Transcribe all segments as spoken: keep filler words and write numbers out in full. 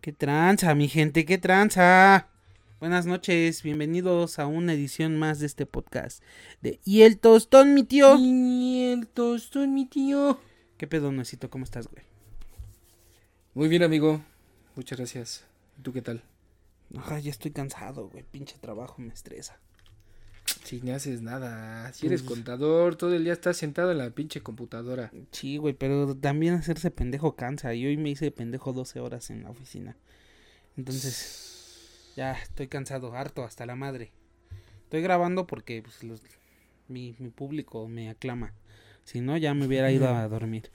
¿Qué tranza, mi gente? ¿Qué tranza? Buenas noches, bienvenidos a una edición más de este podcast de Y el Tostón, mi tío. Y el Tostón, mi tío. ¿Qué pedo, Nuecito? ¿Cómo estás, güey? Muy bien, amigo. Muchas gracias. ¿Y tú qué tal? Ay, ya estoy cansado, güey. Pinche trabajo me estresa. Si no haces nada. Si eres Pues- contador, todo el día estás sentado en la pinche computadora. Sí, güey, pero también hacerse pendejo cansa. Y hoy me hice pendejo doce horas en la oficina. Entonces, ya estoy cansado, harto, hasta la madre. Estoy grabando porque pues, los, mi, mi público me aclama. Si no, ya me hubiera ido a dormir.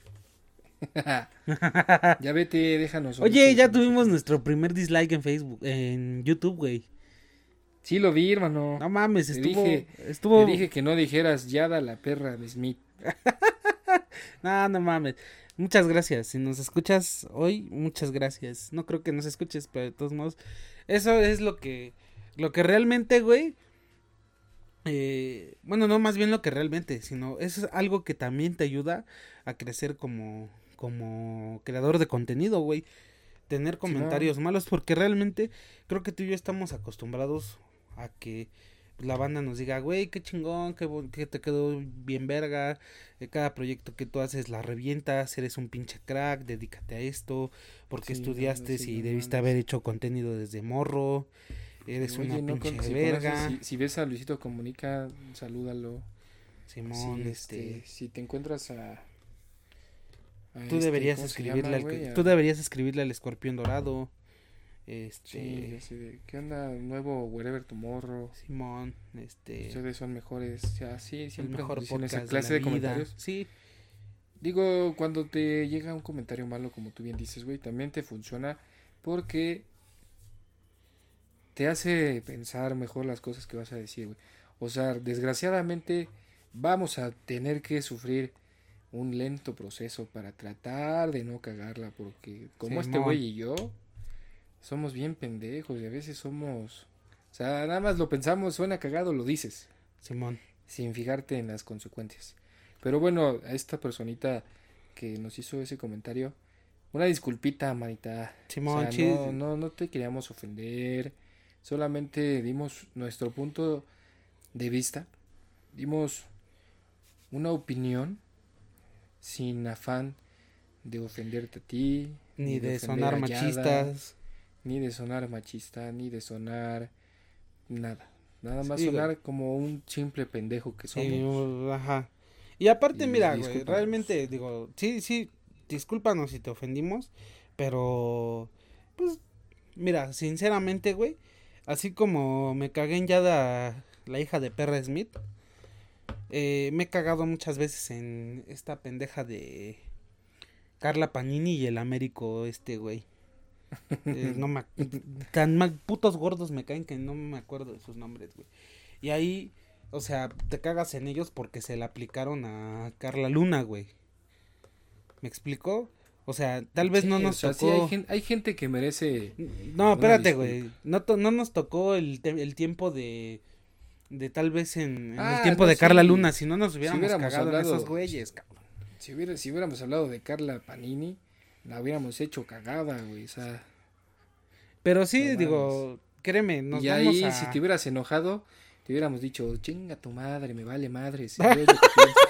Ya vete, déjanos. Oye, solitos ya con tuvimos nosotros. nuestro primer dislike en Facebook, en YouTube, güey. Sí, lo vi, hermano. No mames, Te estuvo, dije, estuvo. Te dije que no dijeras Yada, la perra de Smith. No, no mames. Muchas gracias. Si nos escuchas hoy, muchas gracias. No creo que nos escuches, pero de todos modos, eso es lo que, lo que realmente, güey. Eh, bueno, no más bien lo que realmente, sino eso es algo que también te ayuda a crecer como, como creador de contenido, güey. Tener comentarios Simón. malos, porque realmente creo que tú y yo estamos acostumbrados a que la banda nos diga, güey, qué chingón, qué, bo- que te quedó bien verga, eh, cada proyecto que tú haces la revientas, eres un pinche crack, dedícate a esto, porque Sí, no, estudiaste sí, si no debiste mames. haber hecho contenido desde morro, eres una Oye, no, pinche con, si, verga, conoces, si, si ves a Luisito Comunica, salúdalo. Simón, Sí, este, este, si te encuentras a, a tú este, deberías ¿cómo se escribirle llama, al, güey? que- tú A- deberías escribirle al escorpión dorado, Sí, este, así de, ¿qué onda? Nuevo Wherever Tomorrow. Simón, este, Ustedes son mejores. O sea, sí, el siempre mejor nos dicen esa podcast de la clase de vida, comentarios. sí. Digo, cuando te llega un comentario malo, como tú bien dices, güey, también te funciona porque te hace pensar mejor las cosas que vas a decir, güey. O sea, desgraciadamente vamos a tener que sufrir un lento proceso para tratar de no cagarla, porque como este Simón. güey y yo somos bien pendejos y a veces somos... O sea, nada más lo pensamos, suena cagado, lo dices, Simón. sin fijarte en las consecuencias. Pero bueno, a esta personita que nos hizo ese comentario, una disculpita, manita. O Simón, sea, sí. no, no, no te queríamos ofender, solamente dimos nuestro punto de vista, dimos una opinión sin afán de ofenderte a ti, Ni de ofender sonar a Yada, machistas. ni de sonar machista, ni de sonar nada. Nada más Sí, güey. sonar como un simple pendejo que somos. Sí, uh, ajá. Y aparte, Y mira, güey, discúlpanos. realmente, digo, sí, sí, discúlpanos si te ofendimos, pero, pues, mira, sinceramente, güey, así como me cagué en Yada, la hija de perra Smith, eh, me he cagado muchas veces en esta pendeja de Carla Panini y el Américo, este, güey. Eh, no me, ac- tan mal, putos gordos me caen que no me acuerdo de sus nombres, güey. Y ahí, o sea, te cagas en ellos porque se le aplicaron a Carla Luna, güey. ¿Me explicó? O sea, tal vez Sí, no o nos sea, sí, tocó. hay, gen- hay gente que merece No, una espérate, disculpa. güey. No, to- no nos tocó el, te- el tiempo de. De tal vez en, en el Ah, tiempo no, de Carla sí. Luna. Si no nos Si hubiéramos hubiéramos cagado en esos hablado, güeyes, cabrón. si, hubiera, si hubiéramos hablado de Carla Panini, la hubiéramos hecho cagada, güey. O sea, Pero sí, no mames. digo, créeme, nos Y vamos ahí, si te a. hubieras enojado, te hubiéramos dicho, chinga tu madre, me vale madre, si yo es lo que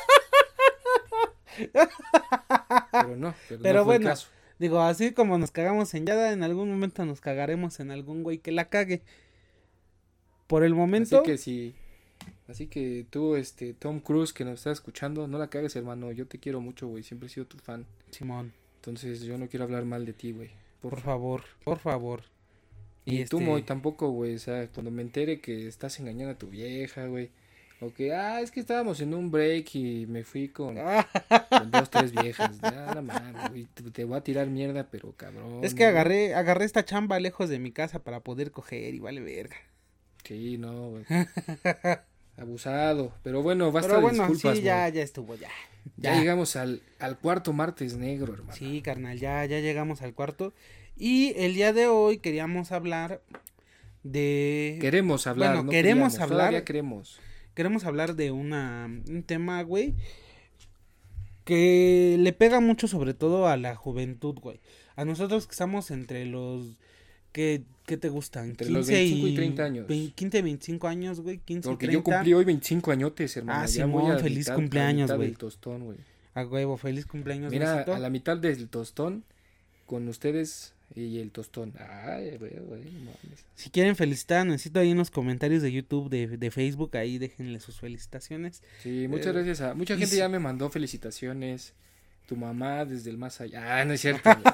pienso. Pero no, pero, Pero no fue el bueno, caso. digo, así como nos cagamos en Yada, en algún momento nos cagaremos en algún güey que la cague. Por el Así momento, que si, así que tú, este, Tom Cruise, que nos estás escuchando, no la cagues, hermano. Yo te quiero mucho, güey. Siempre he sido tu fan. Simón, Entonces yo no quiero hablar mal de ti, güey. por Porfa. favor, por favor. Y, Y tú, este- Moy, tampoco, güey. O sea, cuando me entere que estás engañando a tu vieja, güey. O que, ah, es que estábamos en un break y me fui con, con dos, tres viejas. Ya, no mames, güey. Te, te voy a tirar mierda, pero cabrón. Es que güey. agarré, agarré esta chamba lejos de mi casa para poder coger y vale verga. Sí, no, güey. Abusado. Pero bueno, basta Pero de bueno, disculpas, sí, ya, Moy. ya estuvo, ya. Ya Ya. llegamos al, al cuarto martes negro, hermano. Sí, carnal, ya, ya llegamos al cuarto. Y el día de hoy queríamos hablar de... Queremos hablar, Bueno, no queremos queríamos, hablar- todavía queremos. Queremos hablar de una, un tema, güey, que le pega mucho sobre todo a la juventud, güey. A nosotros que estamos entre los que ¿qué te gustan? Entre los veinticinco y treinta años. quince, veinticinco años, güey, quince Porque y treinta. yo cumplí hoy veinticinco añotes, hermano. Ah, ya Simón, voy a feliz mitad, cumpleaños, a mitad güey. del tostón, güey. A huevo, feliz cumpleaños, Mira, besito. a la mitad del tostón con ustedes y el tostón. Ay, güey, güey, mames. Si quieren felicitar, necesito ahí en los comentarios de YouTube, de, de Facebook, ahí déjenle sus felicitaciones. Sí, muchas Eh, gracias a... Mucha gente si... ya me mandó felicitaciones. Tu mamá desde el más allá. Ah, no es cierto, güey.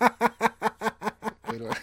Pero...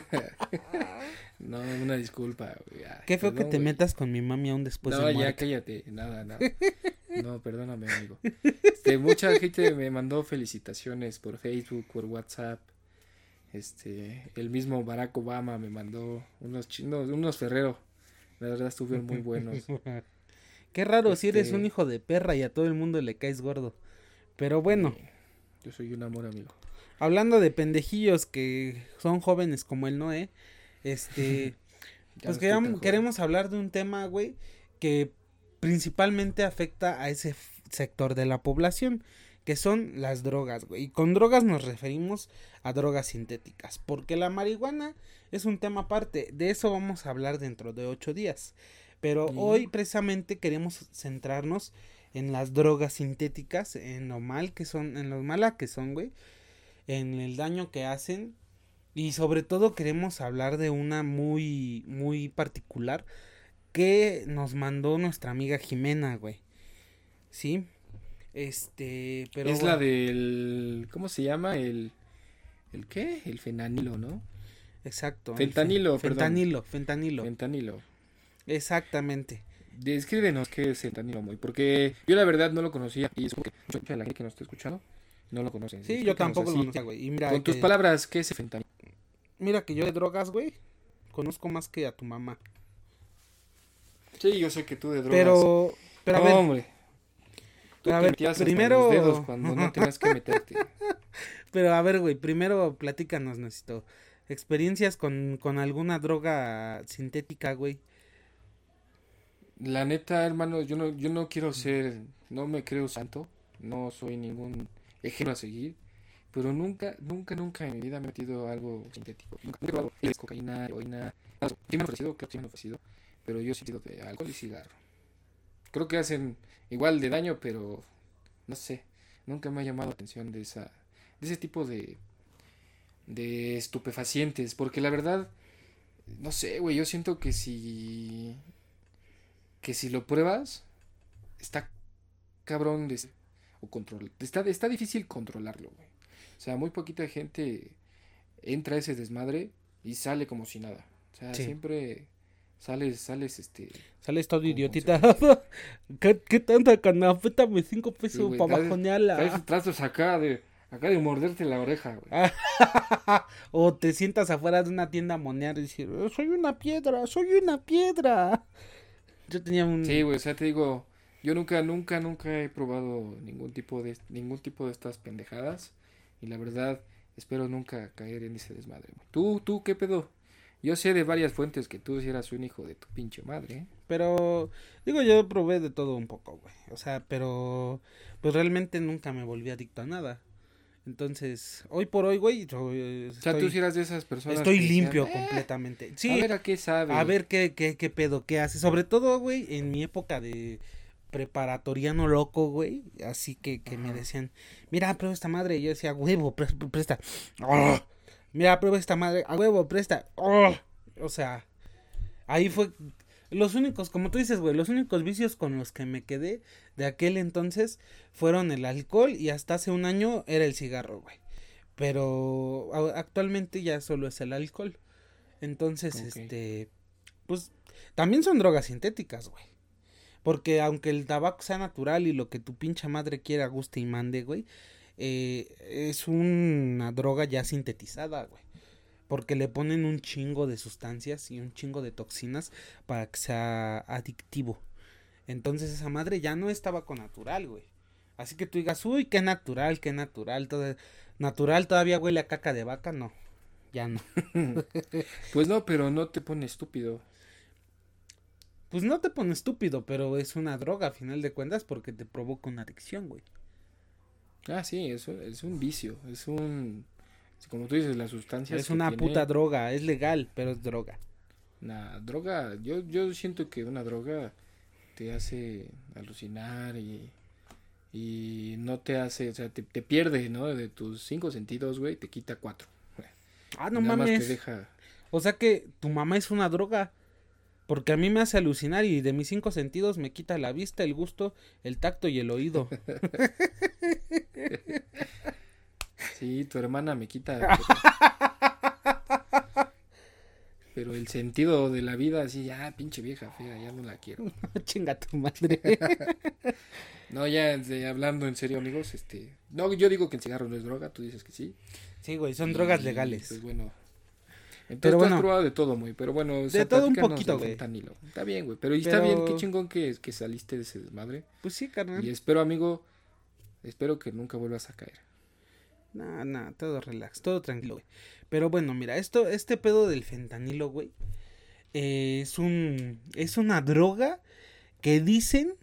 no, una disculpa, güey. Ay, Qué feo perdón, que te güey. metas con mi mami aún después No, de ya muerta. cállate. Nada, nada. No, perdóname, amigo. Este, mucha gente me mandó felicitaciones por Facebook, por WhatsApp. Este, el mismo Barack Obama me mandó unos chinos, unos Ferrero. La verdad estuvieron muy buenos. Qué raro Este- si eres un hijo de perra y a todo el mundo le caes gordo. Pero bueno, Eh, yo soy un amor, amigo. hablando de pendejillos que son jóvenes como el Noé, este, Ya pues no estoy tan queram- joven. queremos hablar de un tema, güey, que principalmente afecta a ese f- sector de la población, que son las drogas, güey. Y con drogas nos referimos a drogas sintéticas, porque la marihuana es un tema aparte. De eso vamos a hablar dentro de ocho días. Pero Sí. hoy precisamente queremos centrarnos en las drogas sintéticas, en lo mal que son, en lo mala que son, güey, en el daño que hacen y sobre todo queremos hablar de una muy, muy particular que nos mandó nuestra amiga Jimena, güey. Sí, este, pero es bueno, la del... ¿Cómo se llama? El... ¿El qué? El fenanilo, ¿no? exacto. el Fentanilo, fe- perdón. Fentanilo, fentanilo. Fentanilo. Exactamente. Descríbenos qué es fentanilo, muy. Porque yo la verdad no lo conocía. Y es porque mucha de la gente que nos está escuchando no lo conoce. Sí, yo Explícanos tampoco así, lo conocía, güey. Y mira Con tus que, palabras, ¿qué es el fentanilo? mira que yo de drogas, güey, conozco más que a tu mamá. Sí, yo sé que tú de drogas... Pero, pero a No, ver, hombre. Tú pero a te ver, metías hasta primero- los dedos cuando no tenías que meterte. pero a ver, güey, primero platícanos, necesito experiencias con, con alguna droga sintética, güey. La neta, hermano, yo no, yo no quiero ser, no me creo santo, no soy ningún ejemplo a seguir, pero nunca, nunca, nunca en mi vida me he metido algo sintético. Nunca, nunca he probado es cocaína, heroína. Sí me han ofrecido, creo que sí me han ofrecido, pero yo he sentido de alcohol y cigarro. Creo que hacen igual de daño, pero no sé, nunca me ha llamado la atención de esa, de ese tipo de, de estupefacientes, porque la verdad, no sé, güey, yo siento que si que si lo pruebas, está cabrón de, o control, está, está difícil controlarlo, güey. O sea, muy poquita gente entra a ese desmadre y sale como si nada. O sea, Sí. siempre sales, sales, este... Sales todo Con idiotita. ¿Qué, ¿Qué tanta canafeta? Me cinco sí, pesos güey, para traes- bajonearla. traes tratos acá de, acá de morderte la oreja, güey. O te sientas afuera de una tienda a monear y decir, "Oh, soy una piedra, soy una piedra". Yo tenía un... Sí, güey, o sea, te digo, yo nunca, nunca, nunca he probado ningún tipo de, ningún tipo de estas pendejadas. Y la verdad, espero nunca caer en ese desmadre, güey. ¿Tú, tú, qué pedo? Yo sé de varias fuentes que tú sí eras un hijo de tu pinche madre, ¿eh? Pero, digo, yo probé de todo un poco, güey. O sea, pero, pues realmente nunca me volví adicto a nada. Entonces, hoy por hoy, güey, yo, eh, O sea, estoy, tú sí eras de esas personas estoy que decían, limpio "Eh, completamente. Sí, a ver a qué sabe. a ver qué, qué, qué pedo, qué hace. Sobre todo, güey, en mi época de preparatoriano loco, güey. Así que, que me Ajá. decían, mira, prueba esta madre. Y yo decía, huevo, pre- presta. ¡Oh! Mira, prueba esta madre. A huevo, presta. ¡Oh! O sea, ahí fue los únicos, como tú dices, güey, los únicos vicios con los que me quedé de aquel entonces fueron el alcohol y hasta hace un año era el cigarro, güey. Pero a- actualmente ya solo es el alcohol. Entonces, Ok. este, pues también son drogas sintéticas, güey. Porque aunque el tabaco sea natural y lo que tu pincha madre quiera, guste y mande, güey, eh, es una droga ya sintetizada, güey. Porque le ponen un chingo de sustancias y un chingo de toxinas para que sea adictivo. Entonces esa madre ya no es tabaco natural, güey. Así que tú digas, uy, qué natural, qué natural. Todo... Natural todavía huele a caca de vaca, no. Ya no. Pues no, pero no te pone estúpido. Pues no te pone estúpido, pero es una droga a final de cuentas porque te provoca una adicción, güey. Ah, sí, eso es un vicio, es un, como tú dices, las sustancias Es que una tiene, puta droga, es legal, pero es droga. una droga, yo, yo siento que una droga te hace alucinar y, y no te hace, o sea, te, te pierde, ¿no? De tus cinco sentidos, güey, te quita cuatro. Ah, Y no nada más te mames. deja, O sea que tu mamá es una droga. Porque a mí me hace alucinar y de mis cinco sentidos me quita la vista, el gusto, el tacto y el oído. sí, tu hermana me quita, pero, pero el sentido de la vida, así, ya, pinche vieja fea, ya no la quiero. Chinga tu madre. No, ya de- hablando en serio, amigos, este, no, yo digo que el cigarro no es droga, tú dices que sí. Sí, güey, son Y, drogas legales. Pues bueno, entonces Pero tú has bueno, probado de todo, muy, pero bueno, o de sea, todo un platícanos poquito, del güey. fentanilo. Está bien, güey, pero y está Pero- bien, qué chingón que, que saliste de ese desmadre. Pues sí, Y carnal. espero, amigo, espero que nunca vuelvas a caer. No, no, todo relax, todo tranquilo, güey. Pero bueno, mira, esto, este pedo del fentanilo, güey, eh, es un, es una droga que dicen,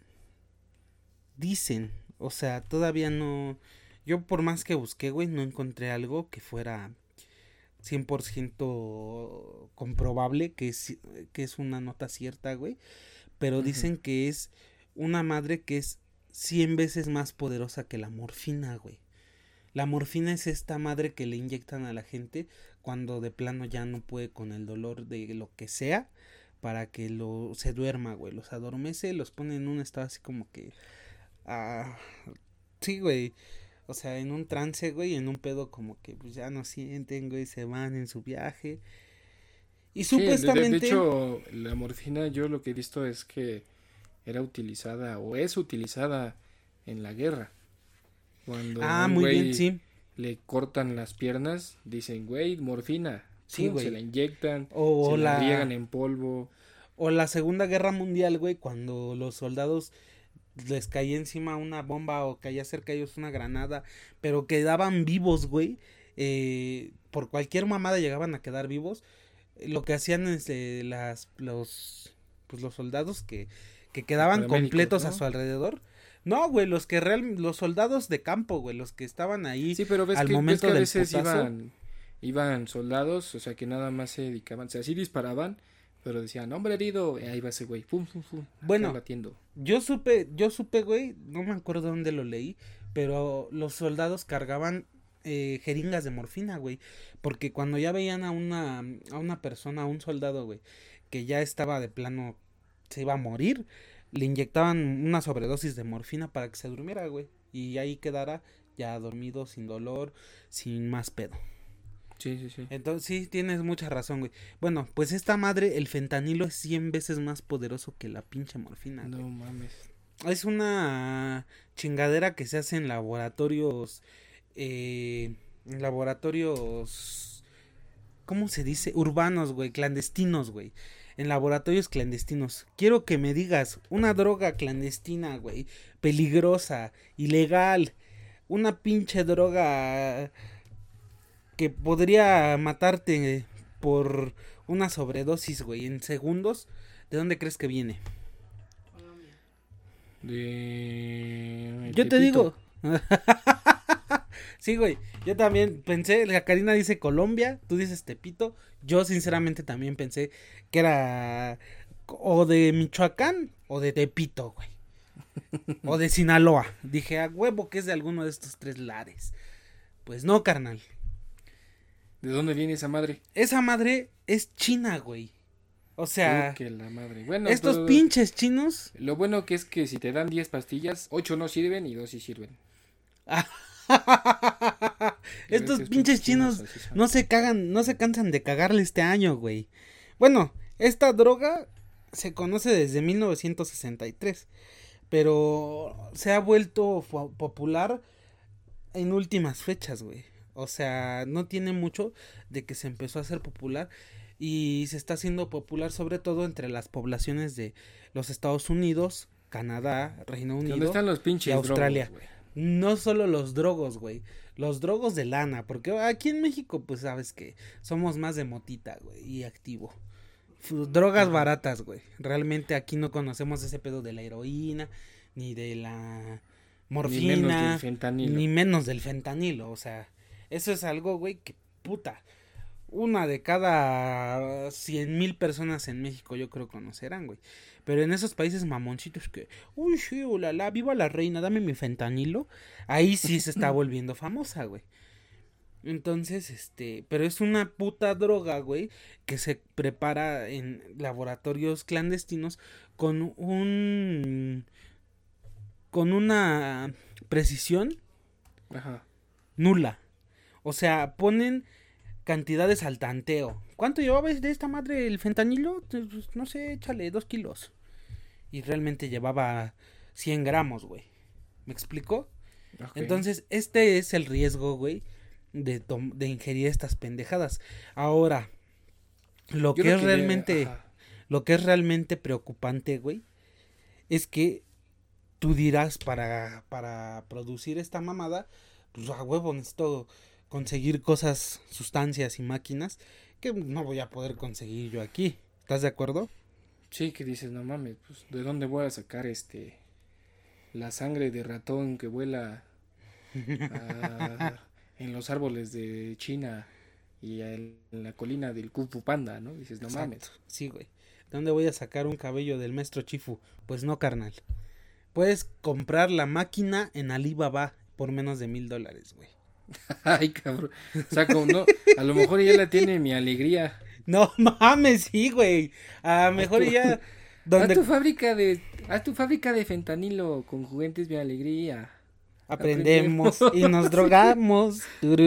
dicen, o sea, todavía no, yo por más que busqué, güey, no encontré algo que fuera cien por ciento comprobable que es, que es una nota cierta, güey, pero Ujú. dicen que es una madre que es cien veces más poderosa que la morfina, güey. La morfina es esta madre que le inyectan a la gente cuando de plano ya no puede con el dolor de lo que sea para que lo se duerma, güey. Los adormece, los pone en un estado así como que ah, sí, güey. O sea, en un trance, güey, en un pedo como que pues ya no sienten, güey, se van en su viaje. Y Sí, de, de- de supuestamente hecho, la morfina yo lo que he visto es que era utilizada o es utilizada en la guerra. Cuando a ah, un muy bien, güey sí. le cortan las piernas, dicen, güey, morfina. Sí, Pum, se güey. la inyectan, O se la la riegan en polvo. o la Segunda Guerra Mundial, güey, cuando los soldados les caía encima una bomba o caía cerca de ellos una granada, pero quedaban vivos, güey. Eh, por cualquier mamada llegaban a quedar vivos. Lo que hacían es eh, las los pues los soldados que que Los quedaban paramédicos, completos a ¿no? su alrededor. No, güey, los que real los soldados de campo, güey, los que estaban ahí Sí, pero ves al que, ves momento que a del veces putazo. iban, iban soldados, o sea, que nada más se dedicaban, o sea, sí disparaban, pero decían, hombre herido, y ahí va ese güey, pum, pum, pum, acá Bueno, latiendo. yo supe, yo supe, güey, no me acuerdo dónde lo leí, pero los soldados cargaban eh, jeringas de morfina, güey, porque cuando ya veían a una, a una persona, a un soldado, güey, que ya estaba de plano, se iba a morir, le inyectaban una sobredosis de morfina para que se durmiera, güey, y ahí quedara ya dormido, sin dolor, sin más pedo. Sí, sí, sí. Entonces sí, tienes mucha razón, güey. Bueno, pues esta madre, el fentanilo es cien veces más poderoso que la pinche morfina, güey. No mames. Es una chingadera que se hace en laboratorios, eh, en laboratorios, ¿cómo se dice? Urbanos, güey, clandestinos, güey. En laboratorios clandestinos. Quiero que me digas, una droga clandestina, güey, peligrosa, ilegal, una pinche droga que podría matarte por una sobredosis, güey, en segundos. ¿De dónde crees que viene? De... Yo te Tepito. digo. Sí, güey. Yo también pensé, la Karina dice Colombia, tú dices Tepito. Yo sinceramente también pensé que era o de Michoacán o de Tepito, güey. O de Sinaloa. Dije, a huevo que es de alguno de estos tres lares. Pues no, carnal. ¿De dónde viene esa madre? Esa madre es china, güey. O sea, Uh, que la madre. Bueno, estos pero pinches chinos. lo bueno que es que si te dan diez pastillas, ocho no sirven y dos sí sirven. Estos Esos pinches chinos así son. no se cagan, no se cansan de cagarle este año, güey. Bueno, esta droga se conoce desde mil novecientos sesenta y tres, pero se ha vuelto fo- popular en últimas fechas, güey. O sea, no tiene mucho de que se empezó a hacer popular y se está haciendo popular sobre todo entre las poblaciones de los Estados Unidos, Canadá, Reino ¿Dónde Unido están los pinches y Australia. drogos, güey? No solo los drogos, güey. Los drogos de lana. Porque aquí en México, pues sabes que somos más de motita, güey. Y activo. Fu- Drogas Ujú. baratas, güey. Realmente aquí no conocemos ese pedo de la heroína. Ni de la. morfina, ni menos del fentanilo. Ni menos del fentanilo, o sea, eso es algo, güey, que puta, una de cada cien mil personas en México yo creo conocerán, güey. Pero en esos países mamoncitos que, uy, sí, la, viva la reina, dame mi fentanilo, ahí sí se está volviendo famosa, güey. Entonces, este, pero es una puta droga, güey, que se prepara en laboratorios clandestinos con un, con una precisión Ajá. nula. O sea, ponen cantidades al tanteo. ¿Cuánto llevaba de esta madre el fentanilo? Pues, no sé, échale dos kilos. Y realmente llevaba cien gramos, güey. ¿Me explico? Okay. Entonces, este es el riesgo, güey, de, de ingerir estas pendejadas. Ahora, lo Yo que es que realmente, ajá. lo que es realmente preocupante, güey, es que tú dirás para, para producir esta mamada, pues a huevo necesito conseguir cosas, sustancias y máquinas que no voy a poder conseguir yo aquí. ¿Estás de acuerdo? Sí, que dices, no mames, pues ¿de dónde voy a sacar este la sangre de ratón que vuela a, en los árboles de China y en la colina del Kung Fu Panda, ¿no? Dices, no Exacto. mames. Sí, güey. ¿De dónde voy a sacar un cabello del maestro Chifu? Pues no, carnal. Puedes comprar la máquina en Alibaba por menos de mil dólares, güey. Ay, cabrón. O sea, como no, a lo mejor ya la tiene mi alegría. No mames, sí, güey. A lo mejor tu, ya. Donde... Haz tu fábrica de. Haz tu fábrica de fentanilo con juguetes mi alegría. Aprendemos, Aprendemos. y nos drogamos.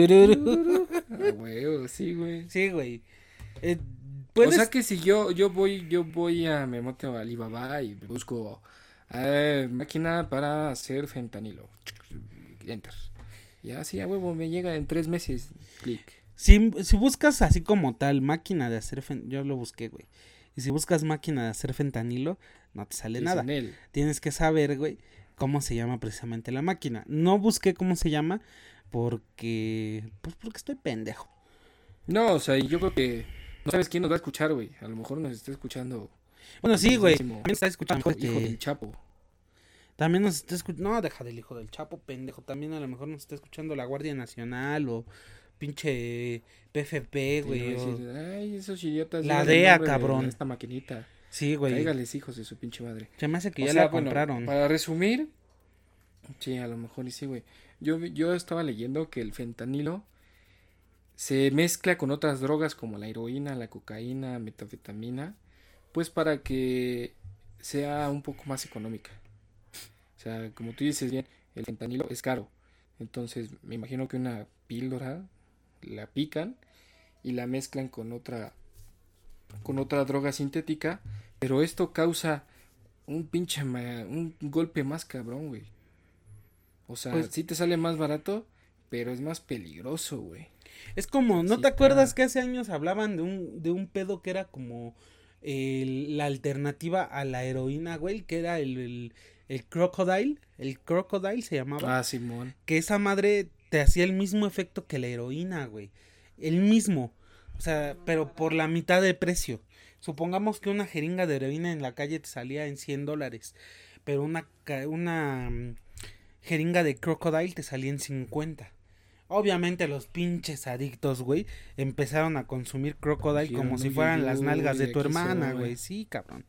Ah, güey, sí, güey. Sí, güey. Eh, ¿puedes... O sea que si yo, yo voy, yo voy a, me meto a Alibaba y busco eh, máquina para hacer fentanilo. Enter. Ya, sí, a huevo, me llega en tres meses. Clic. Si, si buscas así como tal, máquina de hacer fentanilo, yo lo busqué, güey. Y si buscas máquina de hacer fentanilo, no te sale nada. Tienes que saber, güey, cómo se llama precisamente la máquina. No busqué cómo se llama porque, pues porque estoy pendejo. No, o sea, yo creo que no sabes quién nos va a escuchar, güey. A lo mejor nos está escuchando. Bueno, sí, güey. También está escuchando. Hijo que... del Chapo. También nos está escuchando, no, deja del hijo del Chapo, pendejo, también a lo mejor nos está escuchando la Guardia Nacional o pinche P F P, güey. Sí, no ay, esos idiotas. La D E A, cabrón. De esta maquinita. Sí, güey. Cáigales, hijos de su pinche madre. Se me hace que o ya sea, la bueno, compraron. Para resumir, sí, a lo mejor y sí, güey. Yo, yo estaba leyendo que el fentanilo se mezcla con otras drogas como la heroína, la cocaína, metanfetamina, pues para que sea un poco más económica. O sea, como tú dices bien, el fentanilo es caro. Entonces, me imagino que una píldora la pican y la mezclan con otra con otra droga sintética, pero esto causa un pinche ma- un golpe más cabrón, güey. O sea, pues, sí te sale más barato, pero es más peligroso, güey. Es como, ¿no sí te acuerdas está... que hace años hablaban de un de un pedo que era como el, la alternativa a la heroína, güey, que era el, el El Crocodile, el Crocodile se llamaba. Ah, Simón. Que esa madre te hacía el mismo efecto que la heroína, güey. El mismo. O sea, pero por la mitad de precio. Supongamos que una jeringa de heroína en la calle te salía en cien dólares. Pero una, una um, jeringa de Crocodile te salía en cincuenta. Obviamente los pinches adictos, güey, empezaron a consumir Crocodile sí, como si fueran yo, las nalgas de tu hermana, güey. Sí, cabrón.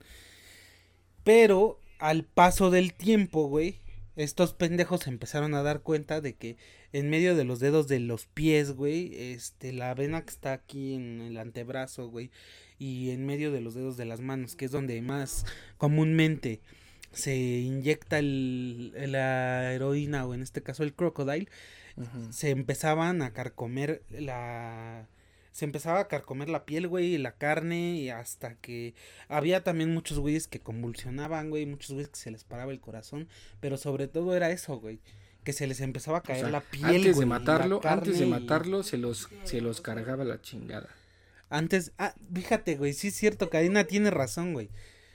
Pero al paso del tiempo, güey, estos pendejos se empezaron a dar cuenta de que en medio de los dedos de los pies, güey, este, la vena que está aquí en el antebrazo, güey, y en medio de los dedos de las manos, que es donde más comúnmente se inyecta el, la heroína, o en este caso el Crocodile, uh-huh. se empezaban a carcomer la... Se empezaba a carcomer la piel, güey, y la carne, y hasta que había también muchos güeyes que convulsionaban, güey, muchos güeyes que se les paraba el corazón, pero sobre todo era eso, güey, que se les empezaba a caer o sea, la piel, antes güey, de matarlo, antes de matarlo, y... se los, se los cargaba la chingada. Antes, ah, fíjate, güey, sí es cierto, Karina tiene razón, güey.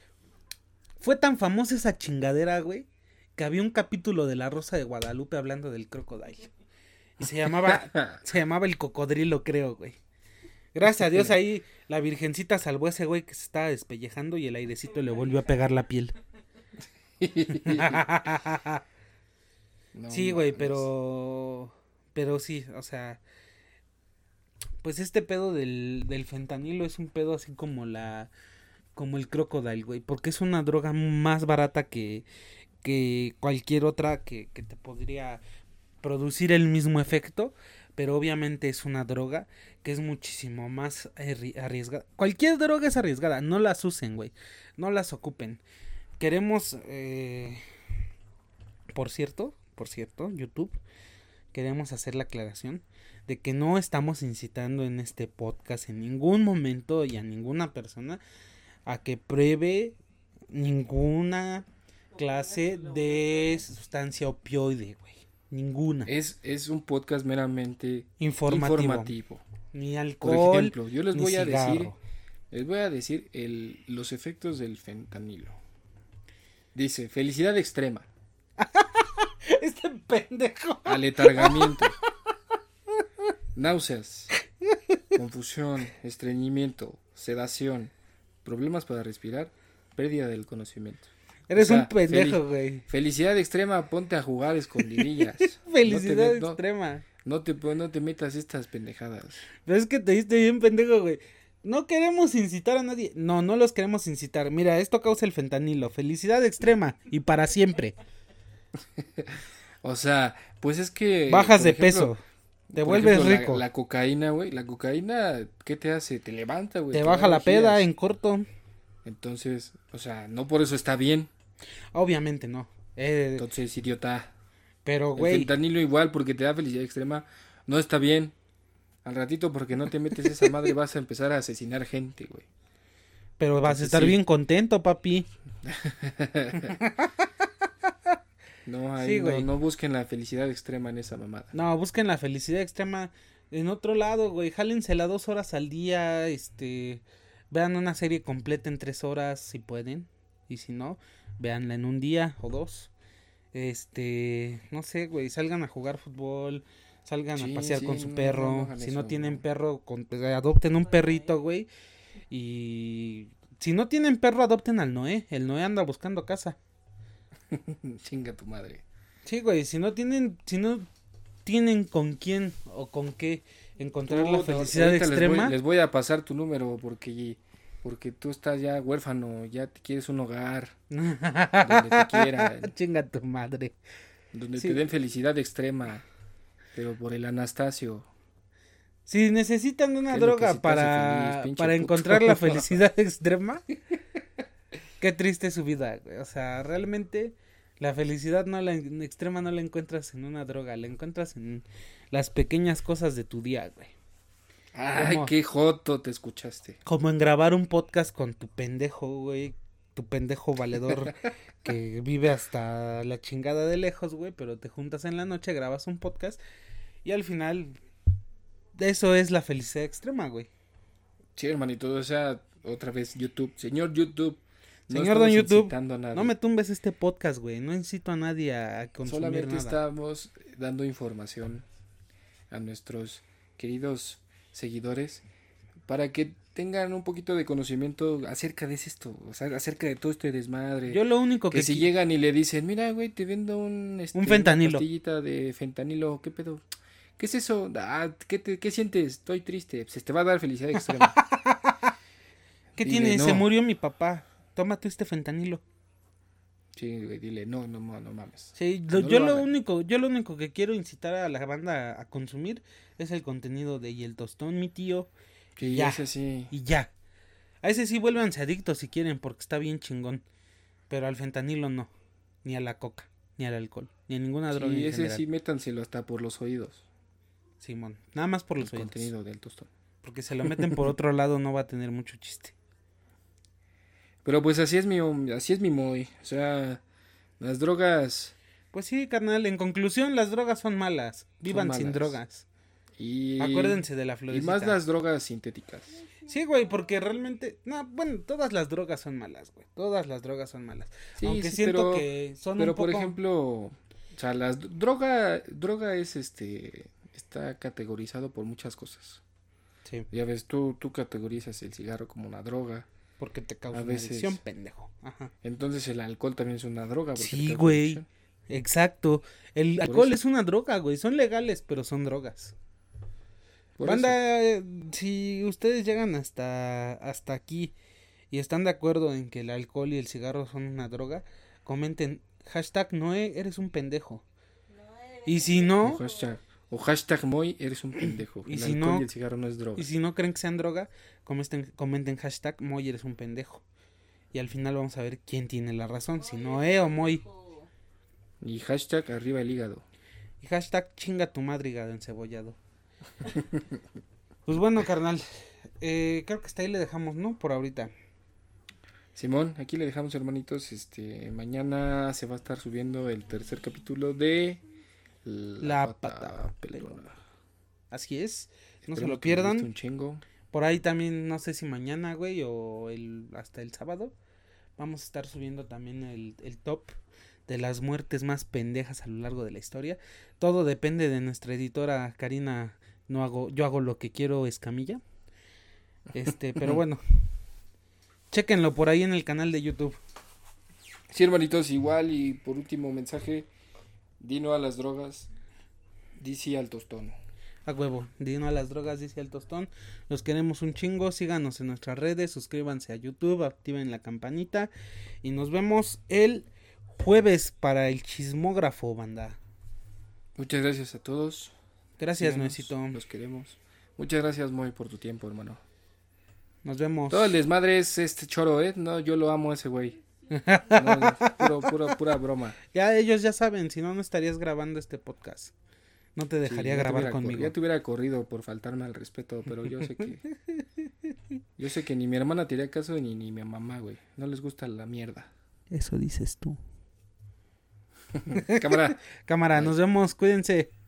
Fue tan famosa esa chingadera, güey, que había un capítulo de La Rosa de Guadalupe hablando del Crocodile. Y se llamaba, se llamaba El Cocodrilo, creo, güey. Gracias a Dios ahí la virgencita salvó a ese güey que se estaba despellejando y el airecito le volvió a pegar la piel. No, Sí, güey, mames. pero... Pero sí, o sea... Pues este pedo del, del fentanilo es un pedo así como la... Como el crocodile, güey. Porque es una droga más barata que... Que cualquier otra que, que te podría producir el mismo efecto. Pero obviamente es una droga que es muchísimo más arriesgada. Cualquier droga es arriesgada. No las usen, güey. No las ocupen. Queremos... Eh... Por cierto, por cierto, YouTube, queremos hacer la aclaración de que no estamos incitando en este podcast en ningún momento y a ninguna persona a que pruebe ninguna clase de sustancia opioide, güey. Ninguna. Es, es un podcast meramente Informativo. informativo. Ni Por alcohol, ejemplo, yo les ni voy a cigarro. decir, les voy a decir el, los efectos del fentanilo. Dice, felicidad extrema, Este pendejo. aletargamiento, náuseas, confusión, estreñimiento, sedación, problemas para respirar, pérdida del conocimiento. Eres O sea, un pendejo, fel- güey. Felicidad extrema, ponte a jugar escondidillas. Felicidad no te, no- extrema. no te, no te metas estas pendejadas. Pero es que te diste bien pendejo, güey. No queremos incitar a nadie. No, no los queremos incitar. Mira, esto causa el fentanilo. Felicidad extrema y para siempre. O sea, pues es que... Bajas por de ejemplo, peso. Te por vuelves ejemplo, la- rico. La, cocaína, güey. La cocaína, ¿qué te hace? Te levanta, güey. Te da baja la energías. peda en corto. Entonces, o sea, no por eso está bien. Obviamente no. Eh, Entonces, idiota. pero, El güey. fentanilo igual porque te da felicidad extrema. No está bien. Al ratito porque no te metes esa madre vas a empezar a asesinar gente, güey. Pero vas a entonces estar sí. bien contento, papi. No, ahí Sí, no, güey. no busquen la felicidad extrema en esa mamada. No, busquen la felicidad extrema en otro lado, güey. Jálensela dos horas al día. Este. Vean una serie completa en tres horas si pueden. Y si no, véanla en un día o dos. Este. No sé, güey. Salgan a jugar fútbol. Salgan Sí, a pasear sí, con su no, perro. no hagan si eso, no tienen no. perro, con- pues, adopten un perrito, güey. Y. Si no tienen perro, adopten al Noé. El Noé anda buscando casa. Chinga tu madre. Sí, güey. Si no tienen. Si no tienen con quién o con qué encontrar la Puta, felicidad ahorita extrema. Les voy, les voy a pasar tu número porque, porque tú estás ya huérfano, ya te quieres un hogar donde te quieran, Chinga tu madre. donde Sí. te den felicidad extrema, pero por el Anastasio. Si necesitan una ¿Qué es lo que droga sí te hace para, feliz, pinche para puto? encontrar la felicidad extrema, qué triste es su vida, güey. O sea, realmente la felicidad no la en- extrema no la encuentras en una droga, la encuentras en las pequeñas cosas de tu día, güey. Ay, ¿Cómo? qué joto te escuchaste. Como en grabar un podcast con tu pendejo, güey. Tu pendejo valedor que vive hasta la chingada de lejos, güey. Pero te juntas en la noche, grabas un podcast. Y al final, eso es la felicidad extrema, güey. Sí, hermanito, o sea, otra vez YouTube. Señor YouTube. no Señor don estamos YouTube, incitando a nadie. no me tumbes este podcast, güey. No incito a nadie a consumir Solamente nada. estamos dando información a nuestros queridos seguidores para que tengan un poquito de conocimiento acerca de esto, o sea, acerca de todo este desmadre. Yo lo único que que, si qui- llegan y le dicen, mira, güey, te vendo un, este, Un fentanilo. una pastillita de fentanilo, ¿qué pedo? ¿Qué es eso? Ah, ¿qué, te, ¿Qué sientes? Estoy triste. Pues te va a dar felicidad extrema. ¿Qué dile, tiene? no. Se murió mi papá. Tómate este fentanilo. Sí, güey, dile, no, no, no, no mames. Sí, lo- No yo lo lo hagan. único, yo lo único que quiero incitar a la banda a consumir es el contenido de Y el Tostón, mi tío, Sí, ya. ese sí. y ya. A ese sí vuélvanse adictos si quieren, porque está bien chingón. Pero al fentanilo no, ni a la coca, ni al alcohol, ni a ninguna droga Sí, en ese general. sí, métanselo hasta por los oídos. Simón, nada más por El los oídos. contenido del tostón. Porque se lo meten por otro lado no va a tener mucho chiste. Pero pues así es mi, así es mi Moy. O sea, las drogas Pues sí, carnal, en conclusión, las drogas son malas. Vivan sin malas. drogas. y... Acuérdense de la Y florecita. más las drogas sintéticas. Sí, güey, porque realmente... No, bueno, todas las drogas son malas, güey. Todas las drogas son malas. Sí, Aunque sí, siento pero, que son pero un poco... por ejemplo, o sea, las d- droga, droga es este, está categorizado por muchas cosas. Sí, Ya ves, tú, tú categorizas el cigarro como una droga. porque te causa a una veces- adicción, pendejo. Ajá. Entonces el alcohol también es una droga. porque Sí, te causa güey. adicción. Exacto. El Por alcohol eso. es una droga, güey. Son legales, pero son drogas. Por Banda, eh, si ustedes llegan hasta, hasta aquí y están de acuerdo en que el alcohol y el cigarro son una droga, comenten hashtag Noé, eres un pendejo. Y si eso. O no, hashtag, o hashtag Moy, eres un pendejo. Y El si alcohol no- y el cigarro no es droga. y si no creen que sean droga, comenten, comenten hashtag Moy, eres un pendejo. Y al final vamos a ver quién tiene la razón, si Noé o Moy. Y hashtag arriba el hígado. Y hashtag chinga tu madre hígado encebollado. Pues bueno, carnal, eh, creo que hasta ahí le dejamos, ¿no? Por ahorita. Simón, aquí le dejamos, hermanitos. Este, mañana se va a estar subiendo el tercer capítulo de La Pata Pelona. Así es, no se Esperemos lo que les guste pierdan. un chingo. Por ahí también, no sé si mañana, güey, o el, hasta el sábado, vamos a estar subiendo también el, el top de las muertes más pendejas a lo largo de la historia. Todo depende de nuestra editora Karina, no hago, yo hago lo que quiero, Escamilla. Este, pero bueno, chéquenlo por ahí en el canal de YouTube. Sí, hermanitos, igual. Y por último mensaje: dino a las drogas, dice al tostón. A huevo, dino a las drogas, dice el tostón. Los queremos un chingo, síganos en nuestras redes, suscríbanse a YouTube, activen la campanita y nos vemos el jueves para el chismógrafo, banda. Muchas gracias a todos. Gracias, Síganos, Nuecito. los queremos. Muchas gracias, Moy, por tu tiempo, hermano. Nos vemos. Todo el desmadre es este choro, ¿eh? No, yo lo amo a ese güey. No, no, puro, puro, pura broma. Ya ellos ya saben, si no, no estarías grabando este podcast. No te dejaría Sí, ya te grabar hubiera cor- conmigo. Ya te hubiera corrido por faltarme al respeto, pero yo sé que... Yo sé que ni mi hermana te haría caso ni, ni mi mamá, güey. No les gusta la mierda. Eso dices tú. Cámara. Cámara, Bye. nos vemos, cuídense.